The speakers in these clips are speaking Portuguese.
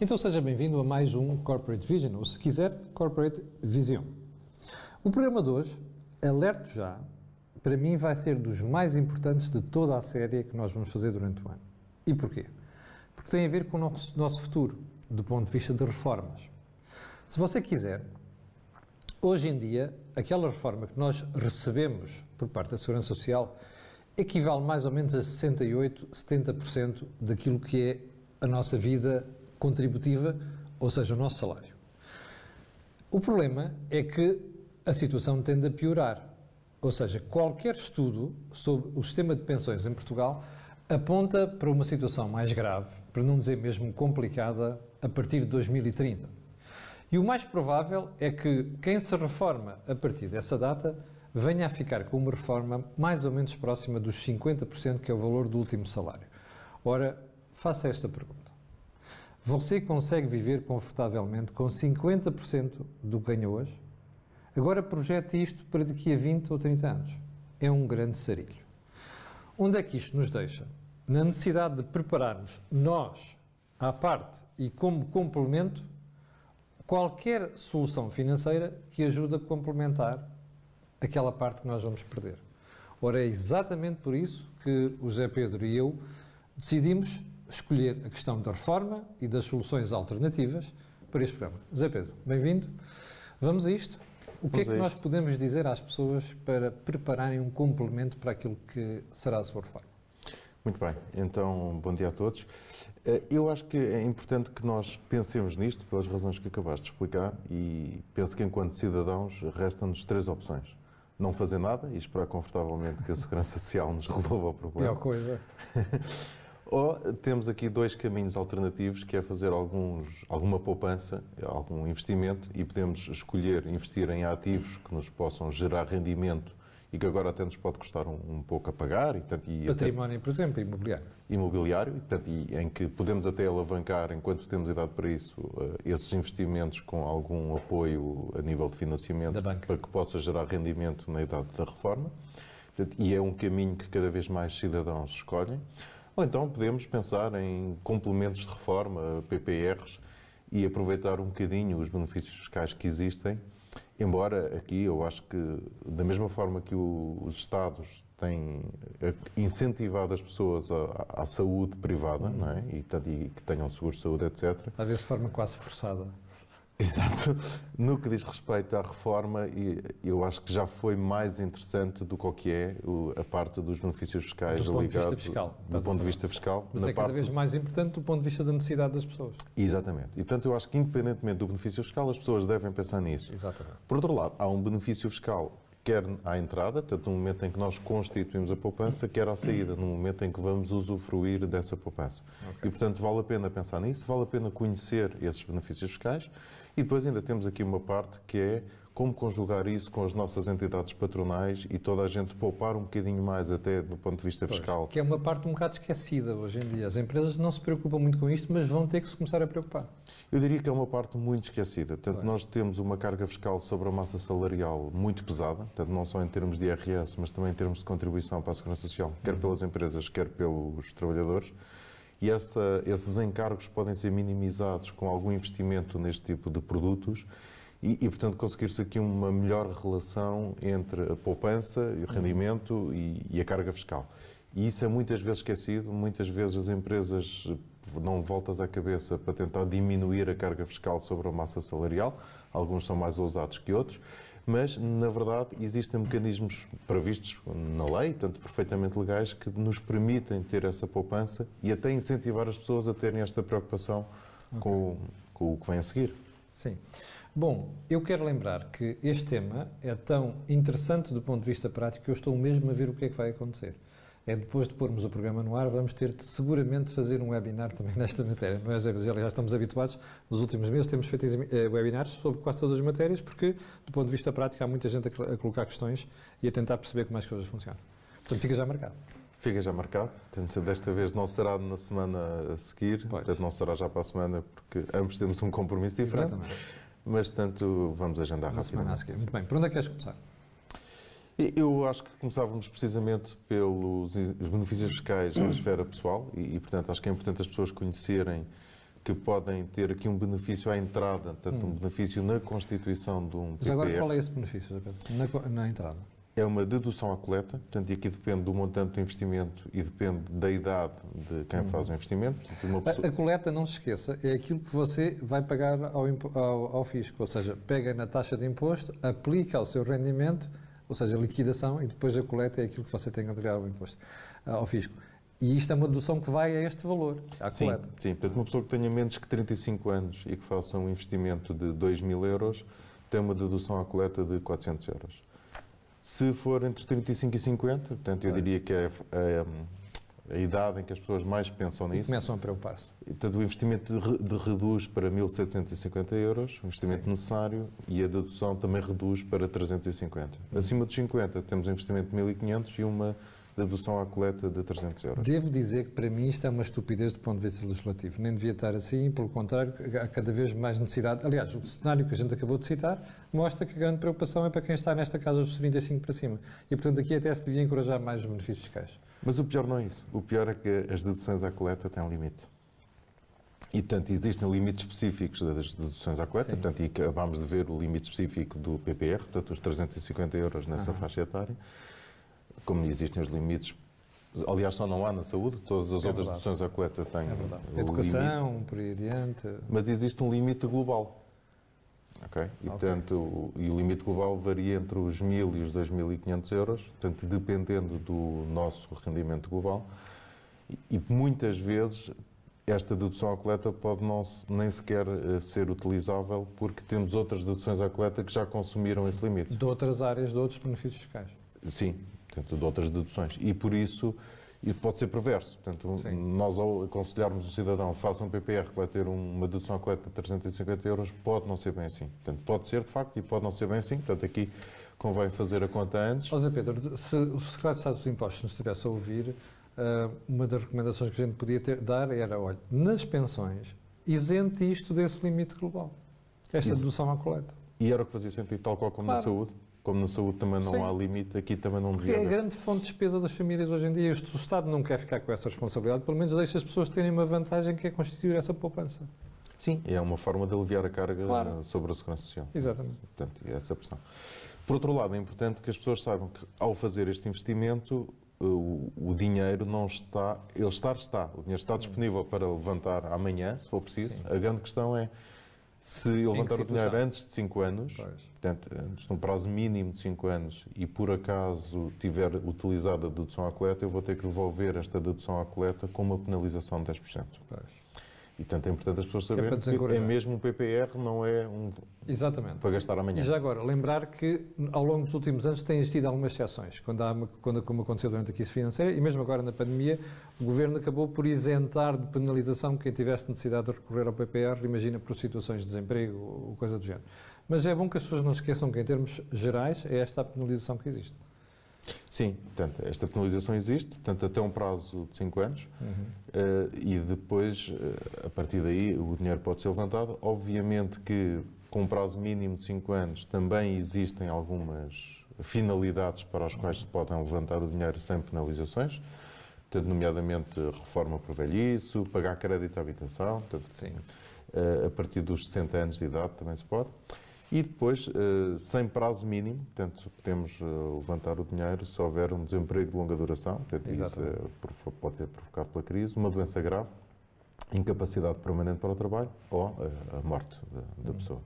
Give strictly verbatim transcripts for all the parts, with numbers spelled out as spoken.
Então seja bem-vindo a mais um Corporate Vision, ou se quiser, Corporate Vision. O programa de hoje, alerto já, para mim vai ser dos mais importantes de toda a série que nós vamos fazer durante o ano. E porquê? Porque tem a ver com o nosso, nosso futuro, do ponto de vista de reformas. Se você quiser, hoje em dia, aquela reforma que nós recebemos por parte da Segurança Social equivale mais ou menos a sessenta e oito, setenta por cento daquilo que é a nossa vida contributiva, ou seja, o nosso salário. O problema é que a situação tende a piorar, ou seja, qualquer estudo sobre o sistema de pensões em Portugal aponta para uma situação mais grave, para não dizer mesmo complicada, a partir de dois mil e trinta. E o mais provável é que quem se reforma a partir dessa data venha a ficar com uma reforma mais ou menos próxima dos cinquenta por cento, que é o valor do último salário. Ora, faça esta pergunta. Você consegue viver confortavelmente com cinquenta por cento do que ganha hoje? Agora projete isto para daqui a vinte ou trinta anos. É um grande sarilho. Onde é que isto nos deixa? Na necessidade de prepararmos nós, à parte e como complemento, qualquer solução financeira que ajude a complementar aquela parte que nós vamos perder. Ora, é exatamente por isso que o Zé Pedro e eu decidimos escolher a questão da reforma e das soluções alternativas para este programa. Zé Pedro, bem-vindo. Vamos a isto. O que é que nós podemos dizer às pessoas para prepararem um complemento para aquilo que será a sua reforma? Muito bem, então bom dia a todos. Eu acho que é importante que nós pensemos nisto pelas razões que acabaste de explicar e penso que enquanto cidadãos restam-nos três opções. Não fazer nada e esperar confortavelmente que a Segurança Social nos resolva o problema. Pior coisa. Ou temos aqui dois caminhos alternativos, que é fazer alguns, alguma poupança, algum investimento, e podemos escolher investir em ativos que nos possam gerar rendimento e que agora até nos pode custar um, um pouco a pagar. E, portanto, e património, até, por exemplo, imobiliário. Imobiliário, e, portanto, e, em que podemos até alavancar, enquanto temos idade para isso, uh, esses investimentos com algum apoio a nível de financiamento para que possa gerar rendimento na idade da reforma. Portanto, e é um caminho que cada vez mais cidadãos escolhem. Ou então podemos pensar em complementos de reforma, P P Rs, e aproveitar um bocadinho os benefícios fiscais que existem, embora aqui eu acho que, da mesma forma que o, os Estados têm incentivado as pessoas à, à saúde privada, uhum. não é? e, portanto, e que tenham seguro de saúde, etcétera. Às vezes de forma quase forçada. Exato. No que diz respeito à reforma, eu acho que já foi mais interessante do que o que é a parte dos benefícios fiscais do ponto ligados de vista fiscal, do ponto de vista fiscal. Mas é cada parte... vez mais importante do ponto de vista da necessidade das pessoas. Exatamente. E, portanto, eu acho que, independentemente do benefício fiscal, as pessoas devem pensar nisso. Exatamente. Por outro lado, há um benefício fiscal quer à entrada, portanto, no momento em que nós constituímos a poupança, quer à saída, no momento em que vamos usufruir dessa poupança. Okay. E, portanto, vale a pena pensar nisso, vale a pena conhecer esses benefícios fiscais e depois ainda temos aqui uma parte que é como conjugar isso com as nossas entidades patronais e toda a gente poupar um bocadinho mais até do ponto de vista fiscal. Pois, que é uma parte um bocado esquecida hoje em dia. As empresas não se preocupam muito com isto, mas vão ter que se começar a preocupar. Eu diria que é uma parte muito esquecida. Portanto, pois. Nós temos uma carga fiscal sobre a massa salarial muito pesada, portanto, não só em termos de I R S, mas também em termos de contribuição para a Segurança Social, quer pelas empresas, quer pelos trabalhadores. E essa, esses encargos podem ser minimizados com algum investimento neste tipo de produtos e, e portanto, conseguir-se aqui uma melhor relação entre a poupança, o rendimento e, e a carga fiscal. E isso é muitas vezes esquecido, muitas vezes as empresas dão voltas à cabeça para tentar diminuir a carga fiscal sobre a massa salarial, alguns são mais ousados que outros, mas, na verdade, existem mecanismos previstos na lei, portanto, perfeitamente legais, que nos permitem ter essa poupança e até incentivar as pessoas a terem esta preocupação okay. com, com o que vem a seguir. Sim. Bom, eu quero lembrar que este tema é tão interessante do ponto de vista prático que eu estou mesmo a ver o que é que vai acontecer. É depois de pormos o programa no ar, vamos ter de seguramente fazer um webinar também nesta matéria. Não é, Zé? Mas já estamos habituados, nos últimos meses temos feito webinars sobre quase todas as matérias, porque do ponto de vista prático há muita gente a colocar questões e a tentar perceber como as coisas funcionam. Portanto, fica já marcado. Fica já marcado. Portanto, desta vez não será na semana a seguir, pois. Portanto, não será já para a semana, porque ambos temos um compromisso diferente. Exatamente. Mas, portanto, vamos agendar na semana a seguir. Muito bem. Por onde é que queres começar? Eu acho que começávamos precisamente pelos os benefícios fiscais na esfera pessoal e, e, portanto, acho que é importante as pessoas conhecerem que podem ter aqui um benefício à entrada, portanto, hum. um benefício na constituição de um P P R. Mas agora qual é esse benefício, na, na entrada? É uma dedução à coleta, portanto, e aqui depende do montante do investimento e depende da idade de quem hum. faz o investimento. Portanto, pessoa... a, a coleta, não se esqueça, é aquilo que você vai pagar ao, ao, ao fisco, ou seja, pega na taxa de imposto, aplica ao seu rendimento, ou seja, a liquidação, e depois a coleta é aquilo que você tem que entregar ao imposto, ao fisco. E isto é uma dedução que vai a este valor, à sim, coleta. Sim, portanto, uma pessoa que tenha menos que trinta e cinco anos e que faça um investimento de dois mil euros tem uma dedução à coleta de quatrocentos euros. Se for entre trinta e cinco e cinquenta, portanto, eu é. diria que é a, a, a idade em que as pessoas mais pensam nisso. E começam a preocupar-se. Portanto, o investimento de, de reduz para mil setecentos e cinquenta euros, o investimento sim. necessário, e a dedução também reduz para trezentos e cinquenta. Hum. Acima dos cinquenta, temos um investimento de mil e quinhentos e uma dedução à coleta de trezentos euros. Devo dizer que para mim isto é uma estupidez do ponto de vista legislativo. Nem devia estar assim, pelo contrário, há cada vez mais necessidade. Aliás, o cenário que a gente acabou de citar mostra que a grande preocupação é para quem está nesta casa dos trinta e cinco para cima. E, portanto, aqui até se devia encorajar mais os benefícios fiscais. Mas o pior não é isso. O pior é que as deduções à coleta têm um limite. E, portanto, existem limites específicos das deduções à coleta, portanto, e acabámos de ver o limite específico do P P R, portanto, os trezentos e cinquenta euros nessa uhum. faixa etária. Como existem os limites, aliás, só não há na saúde, todas as é outras deduções à coleta têm é educação, limite, por aí adiante. Mas existe um limite global. Okay? E, okay. Portanto, o, e o limite global varia entre os mil e os dois mil e quinhentos euros, portanto, dependendo do nosso rendimento global. E, e muitas vezes esta dedução à coleta pode não, nem sequer uh, ser utilizável porque temos outras deduções à coleta que já consumiram esse limite. De outras áreas, de outros benefícios fiscais. Sim. Portanto, de outras deduções. E por isso, isso pode ser perverso. Portanto, sim. nós ao aconselharmos o cidadão faça um P P R que vai ter uma dedução à coleta de trezentos e cinquenta euros, pode não ser bem assim. Portanto, pode ser de facto e pode não ser bem assim. Portanto, aqui convém fazer a conta antes. José Pedro, se o Secretário de Estado dos Impostos nos estivesse a ouvir, uma das recomendações que a gente podia ter, dar era, olha, nas pensões, isente isto desse limite global. Esta isso. dedução à coleta. E era o que fazia sentido, tal qual como claro. na saúde. Como na saúde também não Sim. há limite, aqui também não devia haver. É a grande fonte de despesa das famílias hoje em dia. O Estado não quer ficar com essa responsabilidade, pelo menos deixa as pessoas terem uma vantagem que é constituir essa poupança. Sim, é uma forma de aliviar a carga claro. sobre a segurança social. Exatamente. Portanto, é essa a questão. Por outro lado, é importante que as pessoas saibam que, ao fazer este investimento, o, o dinheiro não está... Ele está, está. O dinheiro está disponível para levantar amanhã, se for preciso. Sim. A grande questão é se levantar o dinheiro antes de cinco anos, pois. portanto, antes de um prazo mínimo de cinco anos, e por acaso tiver utilizado a dedução à coleta, eu vou ter que devolver esta dedução à coleta com uma penalização de dez por cento. Pois. E, portanto, é importante as pessoas saberem é que é mesmo um P P R, não é um Exatamente. para gastar amanhã. E já agora, lembrar que ao longo dos últimos anos têm existido algumas exceções, quando há, quando, como aconteceu durante a crise financeira, e mesmo agora na pandemia, o Governo acabou por isentar de penalização quem tivesse necessidade de recorrer ao P P R, imagina por situações de desemprego ou coisa do género. Mas é bom que as pessoas não se esqueçam que, em termos gerais, é esta a penalização que existe. Sim, portanto, esta penalização existe, portanto, até um prazo de cinco anos, uhum. uh, e depois, uh, a partir daí, o dinheiro pode ser levantado. Obviamente que, com um prazo mínimo de cinco anos, também existem algumas finalidades para as quais se podem levantar o dinheiro sem penalizações, portanto, nomeadamente reforma por velhice, pagar crédito à habitação, portanto, Sim. Uh, a partir dos sessenta anos de idade também se pode. E depois, sem prazo mínimo, portanto, podemos levantar o dinheiro se houver um desemprego de longa duração, portanto, isso pode ser provocado pela crise, uma doença grave, incapacidade permanente para o trabalho ou a morte da, da pessoa.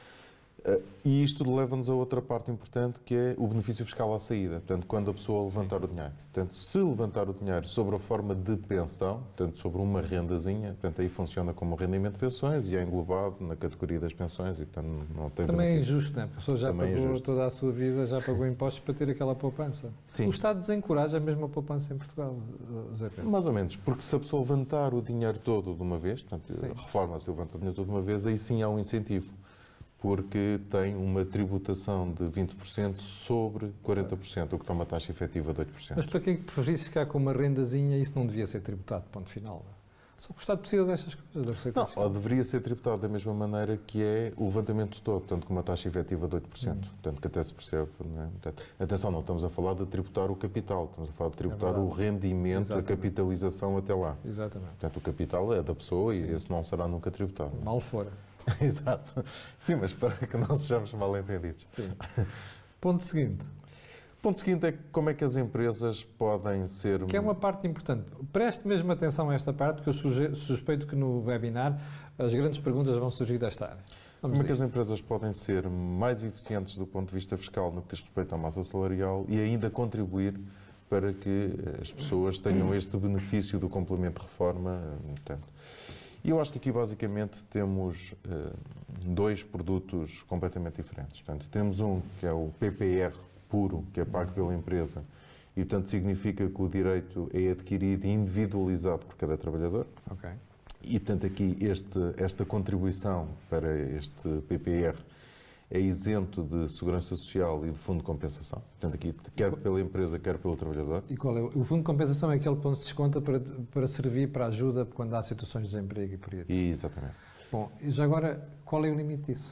E isto leva-nos a outra parte importante, que é o benefício fiscal à saída, portanto, quando a pessoa levantar o dinheiro. Portanto, se levantar o dinheiro sobre a forma de pensão, portanto, sobre uma rendazinha, portanto, aí funciona como rendimento de pensões e é englobado na categoria das pensões e, portanto, não tem Também benefício. É injusto, não é? Porque a pessoa já Também pagou é toda a sua vida, já pagou impostos para ter aquela poupança. Sim. O Estado desencoraja mesmo a poupança em Portugal, Zé Pedro. Mais ou menos, porque se a pessoa levantar o dinheiro todo de uma vez, portanto, reforma-se, levanta o dinheiro todo de uma vez, aí sim há um incentivo. Porque tem uma tributação de vinte por cento sobre quarenta por cento, o que dá uma taxa efetiva de oito por cento. Mas para quem preferisse ficar com uma rendazinha, isso não devia ser tributado, ponto final. Só que o Estado precisa destas coisas, da Receita Não, Fiscal. ou deveria ser tributado da mesma maneira que é o levantamento todo, portanto, com uma taxa efetiva de oito por cento. Hum. Portanto, que até se percebe. Não é? Portanto, atenção, não estamos a falar de tributar o capital, estamos a falar de tributar é o rendimento, Exatamente. a capitalização até lá. Exatamente. Portanto, o capital é da pessoa Sim. e esse não será nunca tributado. Mal fora. Exato. Sim, mas para que não sejamos mal entendidos. Sim. Ponto seguinte. Ponto seguinte é como é que as empresas podem ser... Que é uma parte importante. Preste mesmo atenção a esta parte, porque eu suje- suspeito que no webinar as grandes perguntas vão surgir desta área. Vamos como é que as empresas podem ser mais eficientes do ponto de vista fiscal no que diz respeito à massa salarial e ainda contribuir para que as pessoas tenham este benefício do complemento de reforma? Portanto, e eu acho que aqui basicamente temos uh, dois produtos completamente diferentes. Portanto, temos um que é o P P R puro, que é pago pela empresa, e portanto significa que o direito é adquirido e individualizado por cada trabalhador. Okay. E portanto aqui este, esta contribuição para este P P R é isento de segurança social e de fundo de compensação. Portanto aqui quer pela empresa, quer pelo trabalhador. E qual é? O fundo de compensação é aquele ponto de desconto para, para servir para ajuda quando há situações de desemprego e por aí. E, exatamente. Bom, e já agora, qual é o limite disso?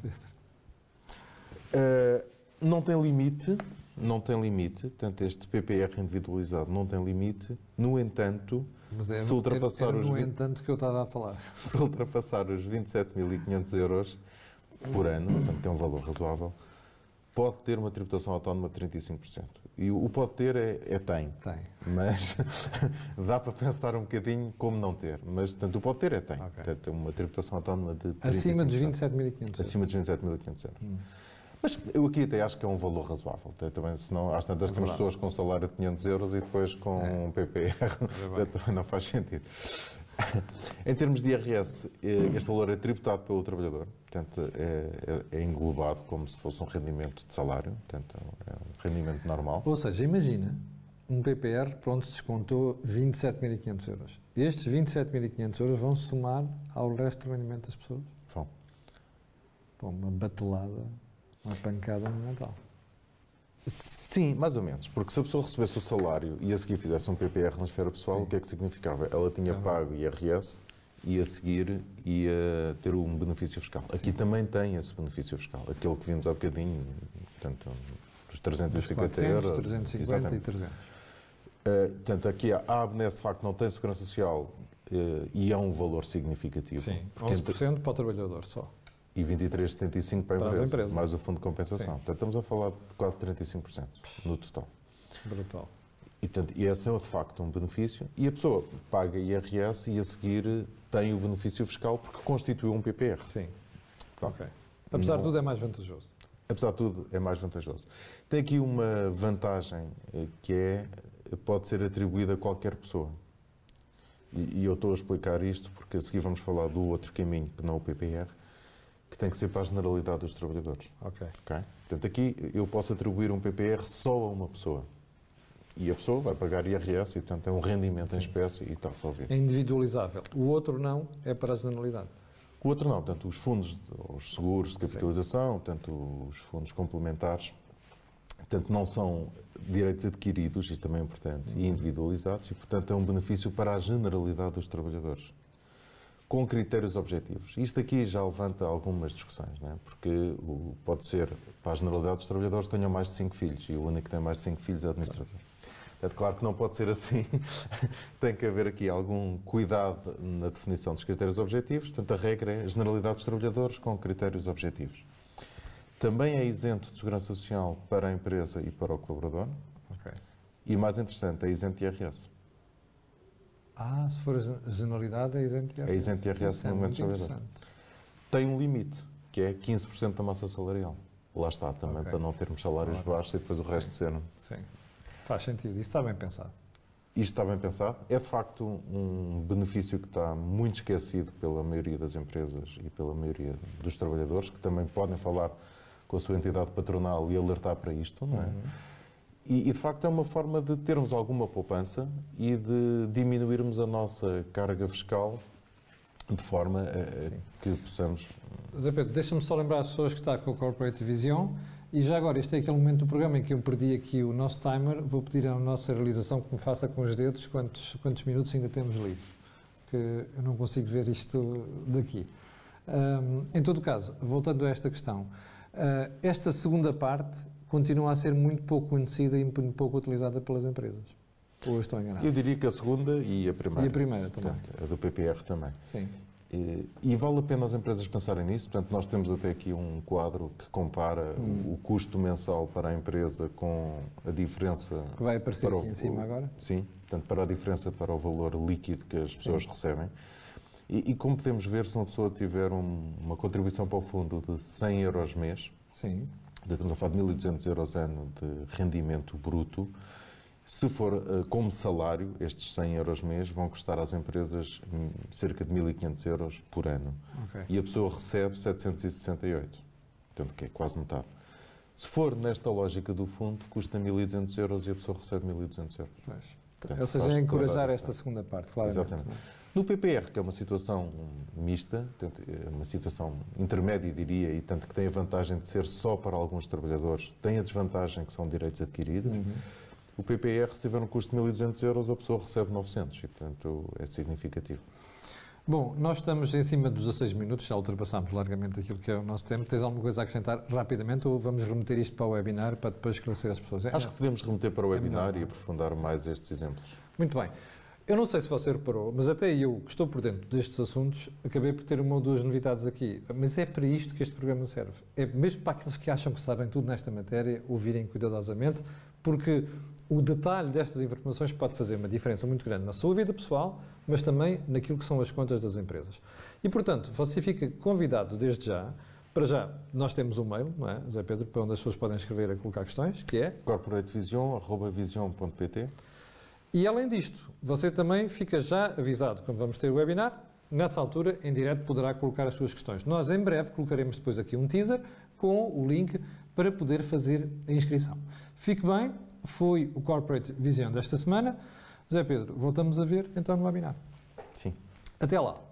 uh, Não tem limite, não tem limite, portanto este P P R individualizado não tem limite, no entanto, Mas é, se ultrapassar era, era os... no entanto que eu estava a falar. Se ultrapassar os vinte e sete mil e quinhentos euros por ano, portanto que é um valor razoável, pode ter uma tributação autónoma de trinta e cinco por cento. E o pode ter é, é tem, tem, mas dá para pensar um bocadinho como não ter, mas portanto o pode ter é tem, okay. Portanto, uma tributação autónoma de trinta e cinco por cento. Acima dos vinte e sete mil e quinhentos euros. Acima dos vinte e sete mil e quinhentos euros. Hum. Mas eu aqui até acho que é um valor razoável. Também, senão, às tantas, é temos pessoas com salário de quinhentos euros e depois com é. um P P R. É não faz sentido. Em termos de I R S, este valor é tributado pelo trabalhador. Portanto, é, é englobado como se fosse um rendimento de salário. Portanto, é um rendimento normal. Ou seja, imagina um P P R, pronto, se descontou vinte e sete mil e quinhentos euros. Estes vinte e sete mil e quinhentos euros vão somar ao resto do rendimento das pessoas? Vão. Pô, uma batelada. Uma pancada monumental. Sim, mais ou menos. Porque se a pessoa recebesse o salário e a seguir fizesse um P P R na esfera pessoal, Sim. o que é que significava? Ela tinha uhum. pago I R S e a seguir ia ter um benefício fiscal. Sim. Aqui também tem esse benefício fiscal. Aquele que vimos há bocadinho, portanto, dos trezentos e cinquenta euros. trezentos e cinquenta e trezentos. Uh, portanto, aqui a A B N E S de facto não tem segurança social uh, e é um valor significativo. Sim, onze por cento entre... para o trabalhador só. E vinte e três vírgula setenta e cinco por cento para a para empresa, empresa, mais o fundo de compensação. Sim. Portanto, estamos a falar de quase trinta e cinco por cento no total. Brutal. E, portanto, esse é de facto um benefício. E a pessoa paga I R S e a seguir tem o benefício fiscal porque constituiu um P P R. Sim. Pronto. Ok. Apesar Não, de tudo é mais vantajoso. Apesar de tudo é mais vantajoso. Tem aqui uma vantagem que é, pode ser atribuída a qualquer pessoa. E, e eu estou a explicar isto porque a seguir vamos falar do outro caminho que não o P P R, que tem que ser para a generalidade dos trabalhadores. Ok. Okay? Portanto, aqui eu posso atribuir um P P R só a uma pessoa. E a pessoa vai pagar I R S e, portanto, é um rendimento Sim. em espécie e está resolvido. É individualizável. O outro não, é para a generalidade. O outro não. Portanto, os fundos, os seguros de capitalização, Sim. portanto, os fundos complementares, portanto, não são direitos adquiridos, isto também é importante, uhum. e individualizados, e, portanto, é um benefício para a generalidade dos trabalhadores. Com critérios objetivos. Isto aqui já levanta algumas discussões, não é? Porque o, pode ser, para a generalidade dos trabalhadores, tenham mais de cinco filhos, e o único que tem mais de cinco filhos é o administrador. É claro que não pode ser assim. Tem que haver aqui algum cuidado na definição dos critérios objetivos. Portanto, a regra é a generalidade dos trabalhadores com critérios objetivos. Também é isento de segurança social para a empresa e para o colaborador. Okay. E, mais interessante, é isento de I R S. Ah, se for a generalidade, é isento de I R S. É isento de I R S no momento de trabalhador. Tem um limite, que é quinze por cento da massa salarial. Lá está, também, okay. para não termos salários claro. baixos e depois o Sim. resto ser... Sim, faz sentido. Isso está bem pensado. Isto está bem pensado. É, de facto, um benefício que está muito esquecido pela maioria das empresas e pela maioria dos trabalhadores, que também podem falar com a sua entidade patronal e alertar para isto, não é? Uhum. E, e, de facto, é uma forma de termos alguma poupança e de diminuirmos a nossa carga fiscal de forma a, que possamos... Zé Pedro, deixa-me só lembrar as pessoas que está com o Corporate Vision e já agora, este é aquele momento do programa em que eu perdi aqui o nosso timer, vou pedir à nossa realização que me faça com os dedos quantos, quantos minutos ainda temos livre. porque eu não consigo ver isto daqui. Um, em todo caso, voltando a esta questão, uh, esta segunda parte continua a ser muito pouco conhecida e muito pouco utilizada pelas empresas. Ou eu estou enganado? Eu diria que a segunda e a primeira. E a primeira também. Portanto, a do P P R também. Sim. E, e vale a pena as empresas pensarem nisso. Portanto, nós temos até aqui um quadro que compara hum. o, o custo mensal para a empresa com a diferença... Que vai aparecer para aqui o, em cima agora. Sim, portanto, para a diferença para o valor líquido que as pessoas sim. recebem. E, e como podemos ver, se uma pessoa tiver um, uma contribuição para o fundo de cem euros mês, sim. estamos a falar de mil e duzentos euros ano de rendimento bruto, se for uh, como salário, estes cem euros mês vão custar às empresas um, cerca de mil e quinhentos euros por ano. Okay. E a pessoa recebe setecentos e sessenta e oito, portanto que é quase metade. Se for nesta lógica do fundo, custa mil e duzentos euros e a pessoa recebe mil e duzentos euros. Pois. Portanto, ou seja, é encorajar esta segunda parte, claramente. Exatamente. No P P R, que é uma situação mista, é uma situação intermédia, diria, e tanto que tem a vantagem de ser só para alguns trabalhadores, tem a desvantagem que são direitos adquiridos. Uhum. O P P R, se tiver um custo de mil e duzentos euros, a pessoa recebe novecentos e, portanto, é significativo. Bom, nós estamos em cima dos dezasseis minutos, já ultrapassámos largamente aquilo que é o nosso tempo. Tens alguma coisa a acrescentar rapidamente ou vamos remeter isto para o webinar para depois esclarecer as pessoas? É, Acho que podemos remeter para o webinar é e aprofundar mais estes exemplos. Muito bem. Eu não sei se você reparou, mas até eu, que estou por dentro destes assuntos, acabei por ter uma ou duas novidades aqui. Mas é para isto que este programa serve. É mesmo para aqueles que acham que sabem tudo nesta matéria, ouvirem cuidadosamente, porque o detalhe destas informações pode fazer uma diferença muito grande na sua vida pessoal, mas também naquilo que são as contas das empresas. E, portanto, você fica convidado desde já. Para já, nós temos um mail, não é, Zé Pedro, para onde as pessoas podem escrever a colocar questões, que é corporatevision arroba vision ponto pt. E, além disto, você também fica já avisado quando vamos ter o webinar. Nessa altura, em direto, poderá colocar as suas questões. Nós, em breve, colocaremos depois aqui um teaser com o link para poder fazer a inscrição. Fique bem, foi o Corporate Vision desta semana. Zé Pedro, voltamos a ver então no webinar. Sim. Até lá.